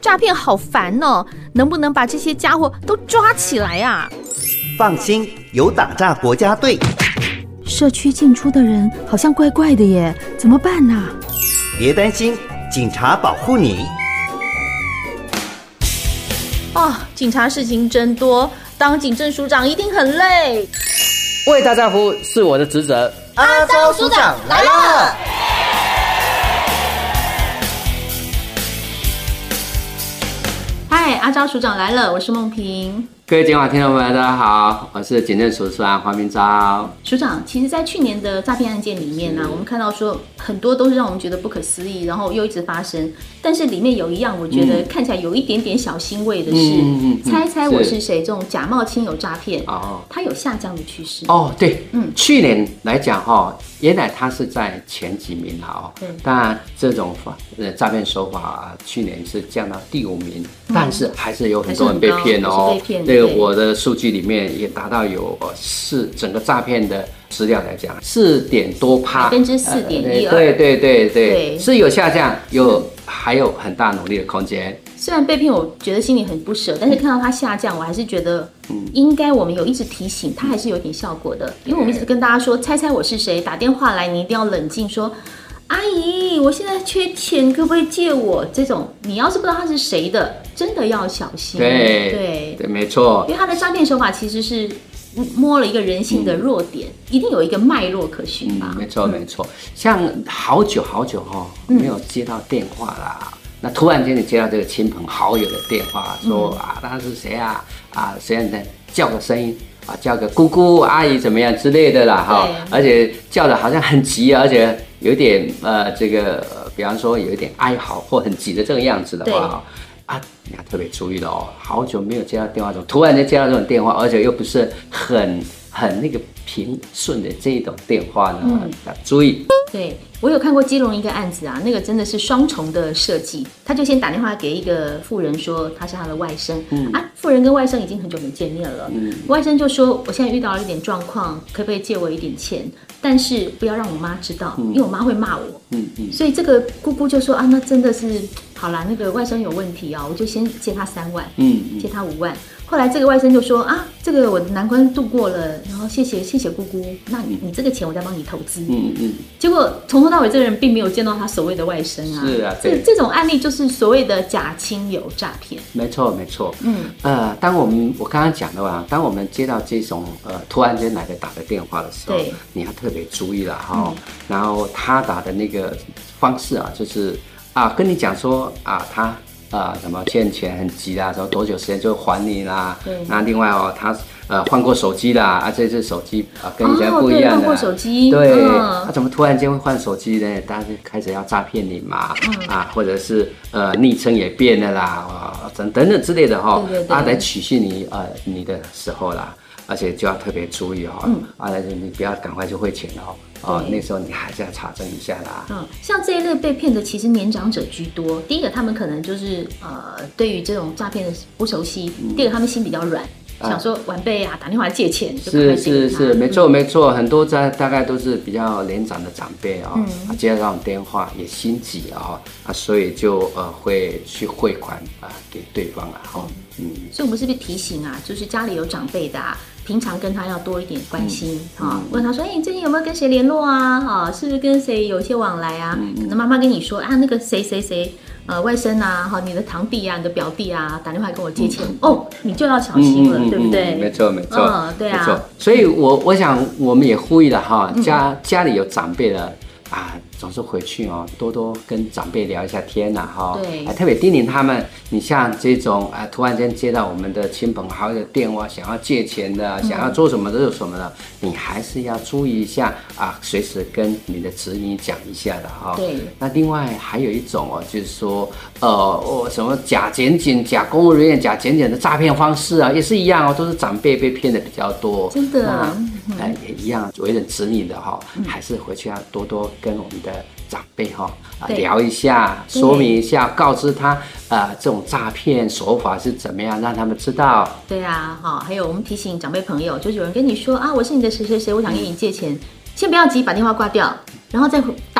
诈骗好烦哦，能不能把这些家伙都抓起来啊？ 放心，有打诈国家队。 社区进出的人好像怪怪的耶，怎么办啊？ 别担心，警察保护你。 警察事情真多，当警政署长一定很累。 为大家服务是我的职责。 阿昭署长来了。 嗨，阿昭署长来了，我是梦萍。 各位警网听众朋友，大家好，我是警政署署长黄明昭。 署长，其实，在去年的诈骗案件里面呢，我们看到说很多都是让我们觉得不可思议，然后又一直发生。但是里面有一样，我觉得看起来有一点点小欣慰的是，猜猜我是谁这种假冒亲友诈骗，它有下降的趋势。 对，去年来讲原来它是在前几名当然这种诈骗手法去年是降到第5名，但是还是有很多人被骗这个我的数据里面也达到有整个诈骗的资料来讲4点多%，4.12%，对，是有下降，还有很大努力的空间。 虽然被骗，我觉得心里很不舍，但是看到它下降，我还是觉得，应该我们有一直提醒，它还是有点效果的。因为我们一直跟大家说，猜猜我是谁，打电话来，你一定要冷静说，阿姨，我现在缺钱，可不可以借我？这种你要是不知道他是谁的，真的要小心。对， 没错。 因为他的诈骗手法其实是摸了一个人性的弱点，一定有一个脉络可循吧。 没错。像好久没有接到电话啦。那突然间你接到这个亲朋好友的电话，说他是谁啊？谁呢？叫个声音叫个姑姑、阿姨怎么样之类的啦而且叫的好像很急，而且有点比方说有一点哀嚎或很急的这个样子的话你要特别注意了好久没有接到电话，突然间接到这种电话，而且又不是很那个平顺的这一种电话呢，要注意。 对，我有看过基隆一个案子那个真的是双重的设计。他就先打电话给一个妇人说他是他的外甥，妇人跟外甥已经很久没见面了，外甥就说我现在遇到了一点状况，可不可以借我一点钱？但是不要让我妈知道，因为我妈会骂我。所以这个姑姑就说那真的是好啦，那个外甥有问题我就先借他3万，借他5万。后来这个外甥就说这个我的难关度过了，然后谢谢姑姑，那你这个钱我再帮你投资。结果从头到尾这个人并没有见到他所谓的外甥是啊， 这种案例就是所谓的假亲友诈骗。 没错。当我刚刚讲的话，当我们接到这种突然间来的打的电话的时候，你要特别注意了然后他打的那个方式就是跟你讲说他什么欠钱很急啦，说多久时间就还你啦。那另外他换过手机啦，这次手机跟以前不一样的。 换过手机。 对，他怎么突然间会换手机呢？大家就开始要诈骗你嘛，或者是昵称也变了啦，等等之类的来取信你的时候啦，而且就要特别注意你不要赶快就汇钱那时候你还是要查证一下啦。 像这一类被骗的，其实年长者居多。第一个，他们可能就是对于这种诈骗的不熟悉；第二个，他们心比较软，想说晚辈打电话借钱就赶快借给他。 是，没错，很多大概都是比较年长的长辈接到这种电话也心急所以就会去汇款给对方所以我们是不是提醒就是家里有长辈的平常跟他要多一点关心问他说你最近有没有跟谁联络是不是跟谁有一些往来可能妈妈跟你说那个谁外甥你的堂弟你的表弟打电话跟我借钱你就要小心了，对不对？ 没错对啊， 没错。所以我想我们也呼吁了家里有长辈的总是回去多多跟长辈聊一下天对， 特别叮咛他们，你像这种突然间接到我们的亲朋好友的电话，想要借钱的，想要做什么的你还是要注意一下随时跟你的子女讲一下的对。 那另外还有一种就是说什么假检警、假公务人员、假检警的诈骗方式也是一样都是长辈被骗的比较多， 真的也一样，为人子女的还是回去要多多跟我们的长辈聊一下，说明一下，告知他这种诈骗手法是怎么样，让他们知道。 对还有我们提醒长辈朋友，就是有人跟你说我是你的谁谁谁，我想跟你借钱，先不要急，把电话挂掉，然后再打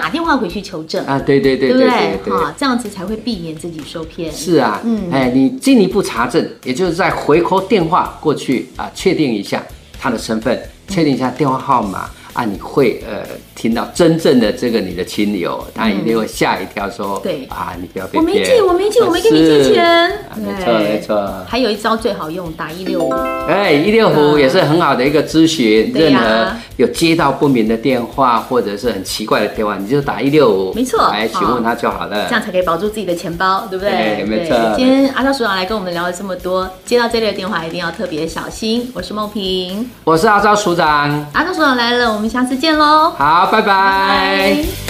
打电话回去求证啊，对对对对不对对对？哈，这样子才会避免自己受骗。 是啊，你进一步查证，也就是再回扣电话过去啊，确定一下他的身份，确定一下电话号码。啊，你会听到真正的这个你的亲友，他一定会吓一跳，说， 对啊，你不要被我没借，我没借，我没跟你借钱。 没错没错。 还有一招最好用，打165。 哎，165也是很好的一个咨询，任何有接到不明的电话或者是很奇怪的电话，你就打165， 没错， 来询问他就好了， 这样才可以保住自己的钱包，对不对？ 没错。 今天阿昭署长来跟我们聊了这么多，接到这类的电话一定要特别小心。我是梦萍， 我是阿昭署长， 阿昭署长来了，我们下次见喽。 好，拜拜。 拜拜。